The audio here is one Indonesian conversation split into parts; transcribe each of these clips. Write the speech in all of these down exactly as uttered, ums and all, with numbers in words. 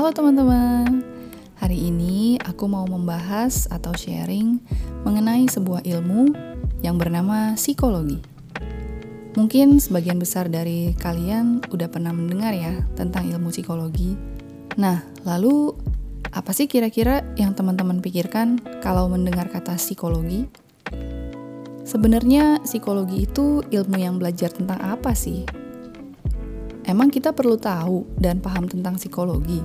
Halo teman-teman, hari ini aku mau membahas atau sharing mengenai sebuah ilmu yang bernama psikologi. Mungkin sebagian besar dari kalian udah pernah mendengar ya tentang ilmu psikologi. Nah, lalu apa sih kira-kira yang teman-teman pikirkan kalau mendengar kata psikologi? Sebenarnya psikologi itu ilmu yang belajar tentang apa sih? Emang kita perlu tahu dan paham tentang psikologi?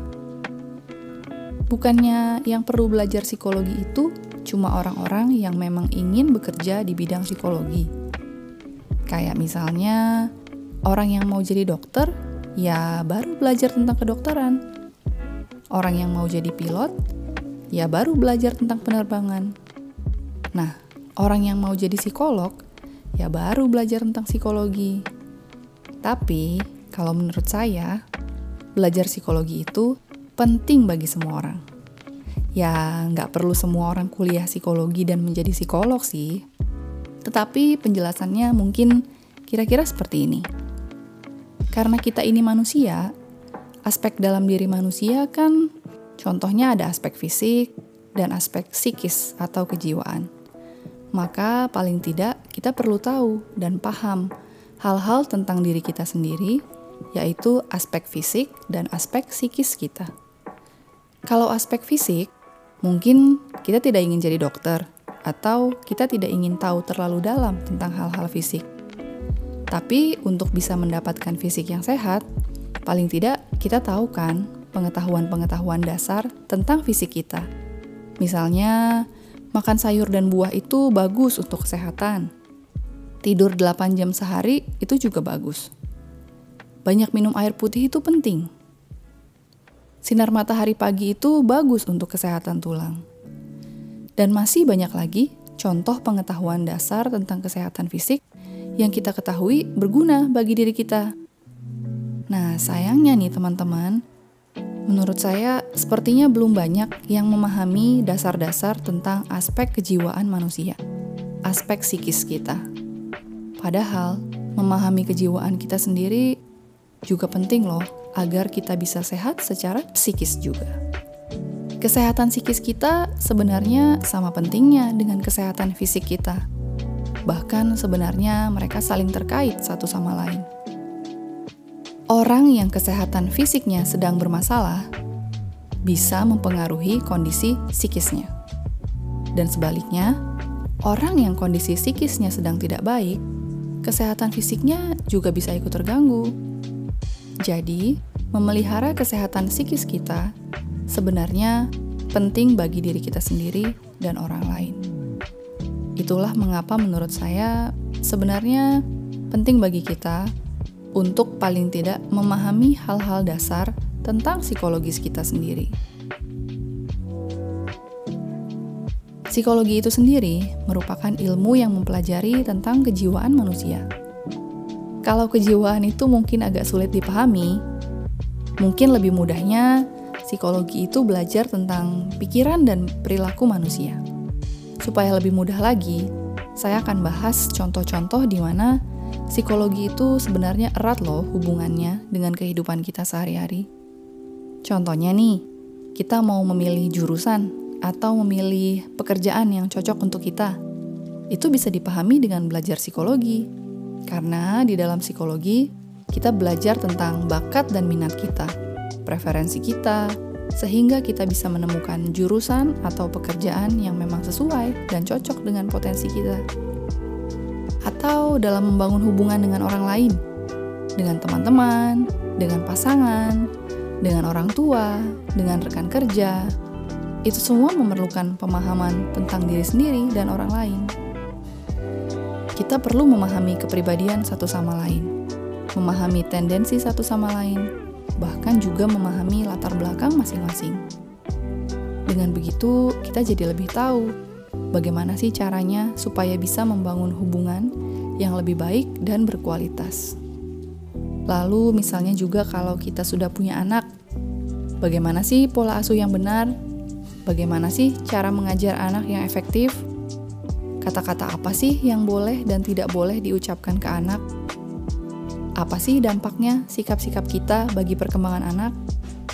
Bukannya yang perlu belajar psikologi itu cuma orang-orang yang memang ingin bekerja di bidang psikologi. Kayak misalnya, orang yang mau jadi dokter, ya baru belajar tentang kedokteran. Orang yang mau jadi pilot, ya baru belajar tentang penerbangan. Nah, orang yang mau jadi psikolog, ya baru belajar tentang psikologi. Tapi, kalau menurut saya, belajar psikologi itu penting bagi semua orang. Ya, nggak perlu semua orang kuliah psikologi dan menjadi psikolog sih. Tetapi penjelasannya mungkin kira-kira seperti ini. Karena kita ini manusia, aspek dalam diri manusia kan contohnya ada aspek fisik dan aspek psikis atau kejiwaan. Maka paling tidak kita perlu tahu dan paham hal-hal tentang diri kita sendiri, yaitu aspek fisik dan aspek psikis kita. Kalau aspek fisik, mungkin kita tidak ingin jadi dokter, atau kita tidak ingin tahu terlalu dalam tentang hal-hal fisik. Tapi untuk bisa mendapatkan fisik yang sehat, paling tidak kita tahu kan pengetahuan-pengetahuan dasar tentang fisik kita. Misalnya, makan sayur dan buah itu bagus untuk kesehatan. Tidur delapan jam sehari itu juga bagus. Banyak minum air putih itu penting. Sinar matahari pagi itu bagus untuk kesehatan tulang. Dan masih banyak lagi contoh pengetahuan dasar tentang kesehatan fisik yang kita ketahui berguna bagi diri kita. Nah, sayangnya nih teman-teman, menurut saya sepertinya belum banyak yang memahami dasar-dasar tentang aspek kejiwaan manusia, aspek psikis kita. Padahal, memahami kejiwaan kita sendiri juga penting loh, agar kita bisa sehat secara psikis juga. Kesehatan psikis kita sebenarnya sama pentingnya dengan kesehatan fisik kita. Bahkan sebenarnya mereka saling terkait satu sama lain. Orang yang kesehatan fisiknya sedang bermasalah bisa mempengaruhi kondisi psikisnya. Dan sebaliknya, orang yang kondisi psikisnya sedang tidak baik, kesehatan fisiknya juga bisa ikut terganggu. Jadi, memelihara kesehatan psikis kita sebenarnya penting bagi diri kita sendiri dan orang lain. Itulah mengapa menurut saya sebenarnya penting bagi kita untuk paling tidak memahami hal-hal dasar tentang psikologis kita sendiri. Psikologi itu sendiri merupakan ilmu yang mempelajari tentang kejiwaan manusia. Kalau kejiwaan itu mungkin agak sulit dipahami, mungkin lebih mudahnya psikologi itu belajar tentang pikiran dan perilaku manusia. Supaya lebih mudah lagi, saya akan bahas contoh-contoh di mana psikologi itu sebenarnya erat loh hubungannya dengan kehidupan kita sehari-hari. Contohnya nih, kita mau memilih jurusan atau memilih pekerjaan yang cocok untuk kita. Itu bisa dipahami dengan belajar psikologi. Karena di dalam psikologi, kita belajar tentang bakat dan minat kita, preferensi kita, sehingga kita bisa menemukan jurusan atau pekerjaan yang memang sesuai dan cocok dengan potensi kita. Atau dalam membangun hubungan dengan orang lain, dengan teman-teman, dengan pasangan, dengan orang tua, dengan rekan kerja. Itu semua memerlukan pemahaman tentang diri sendiri dan orang lain. Kita perlu memahami kepribadian satu sama lain, memahami tendensi satu sama lain, bahkan juga memahami latar belakang masing-masing. Dengan begitu, kita jadi lebih tahu bagaimana sih caranya supaya bisa membangun hubungan yang lebih baik dan berkualitas. Lalu misalnya juga kalau kita sudah punya anak, bagaimana sih pola asuh yang benar? Bagaimana sih cara mengajar anak yang efektif? Kata-kata apa sih yang boleh dan tidak boleh diucapkan ke anak? Apa sih dampaknya sikap-sikap kita bagi perkembangan anak?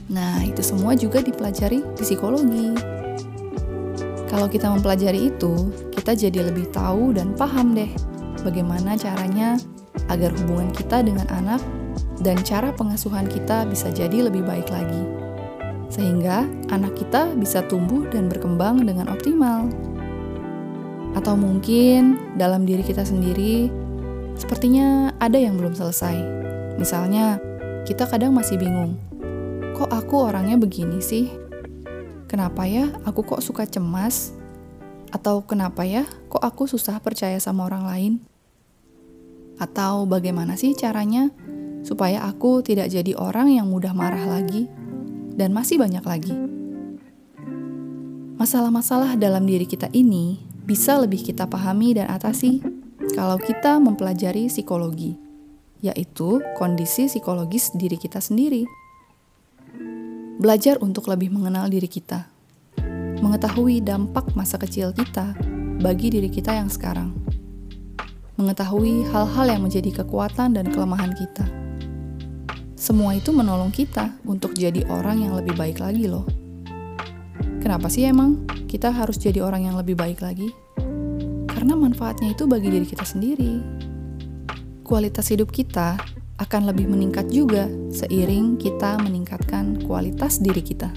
Nah, itu semua juga dipelajari di psikologi. Kalau kita mempelajari itu, kita jadi lebih tahu dan paham deh bagaimana caranya agar hubungan kita dengan anak dan cara pengasuhan kita bisa jadi lebih baik lagi. Sehingga anak kita bisa tumbuh dan berkembang dengan optimal. Atau mungkin dalam diri kita sendiri, sepertinya ada yang belum selesai. Misalnya, kita kadang masih bingung. Kok aku orangnya begini sih? Kenapa ya aku kok suka cemas? Atau kenapa ya kok aku susah percaya sama orang lain? Atau bagaimana sih caranya supaya aku tidak jadi orang yang mudah marah lagi? Dan masih banyak lagi. Masalah-masalah dalam diri kita ini bisa lebih kita pahami dan atasi kalau kita mempelajari psikologi, yaitu kondisi psikologis diri kita sendiri. Belajar untuk lebih mengenal diri kita, mengetahui dampak masa kecil kita bagi diri kita yang sekarang, mengetahui hal-hal yang menjadi kekuatan dan kelemahan kita. Semua itu menolong kita untuk jadi orang yang lebih baik lagi loh. Kenapa sih emang kita harus jadi orang yang lebih baik lagi? Karena manfaatnya itu bagi diri kita sendiri. Kualitas hidup kita akan lebih meningkat juga seiring kita meningkatkan kualitas diri kita.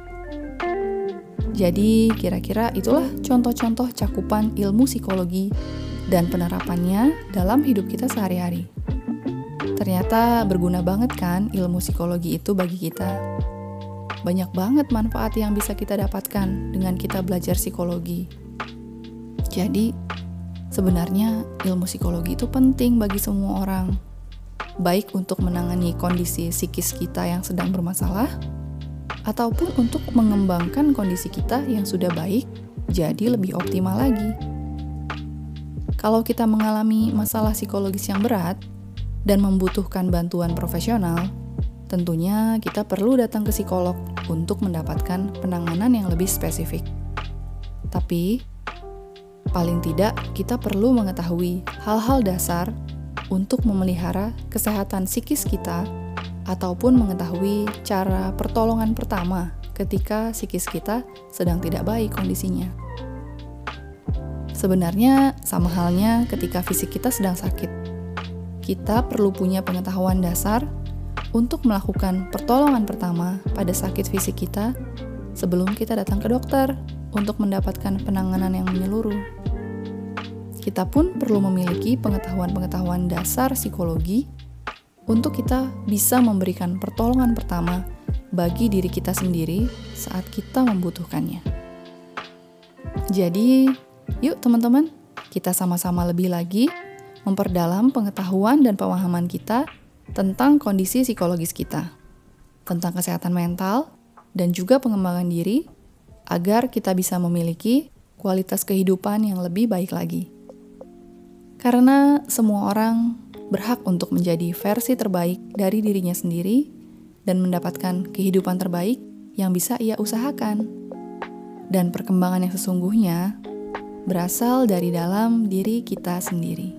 Jadi, kira-kira itulah contoh-contoh cakupan ilmu psikologi dan penerapannya dalam hidup kita sehari-hari. Ternyata berguna banget kan ilmu psikologi itu bagi kita. Banyak banget manfaat yang bisa kita dapatkan dengan kita belajar psikologi. Jadi, sebenarnya ilmu psikologi itu penting bagi semua orang. Baik untuk menangani kondisi psikis kita yang sedang bermasalah, ataupun untuk mengembangkan kondisi kita yang sudah baik jadi lebih optimal lagi. Kalau kita mengalami masalah psikologis yang berat dan membutuhkan bantuan profesional, tentunya kita perlu datang ke psikolog untuk mendapatkan penanganan yang lebih spesifik. Tapi, paling tidak kita perlu mengetahui hal-hal dasar untuk memelihara kesehatan psikis kita, ataupun mengetahui cara pertolongan pertama ketika psikis kita sedang tidak baik kondisinya. Sebenarnya sama halnya ketika fisik kita sedang sakit. Kita perlu punya pengetahuan dasar untuk melakukan pertolongan pertama pada sakit fisik kita sebelum kita datang ke dokter untuk mendapatkan penanganan yang menyeluruh. Kita pun perlu memiliki pengetahuan-pengetahuan dasar psikologi untuk kita bisa memberikan pertolongan pertama bagi diri kita sendiri saat kita membutuhkannya. Jadi, yuk teman-teman, kita sama-sama lebih lagi memperdalam pengetahuan dan pemahaman kita tentang kondisi psikologis kita, tentang kesehatan mental, dan juga pengembangan diri, agar kita bisa memiliki kualitas kehidupan yang lebih baik lagi. Karena semua orang berhak untuk menjadi versi terbaik dari dirinya sendiri dan mendapatkan kehidupan terbaik yang bisa ia usahakan. Dan perkembangan yang sesungguhnya berasal dari dalam diri kita sendiri.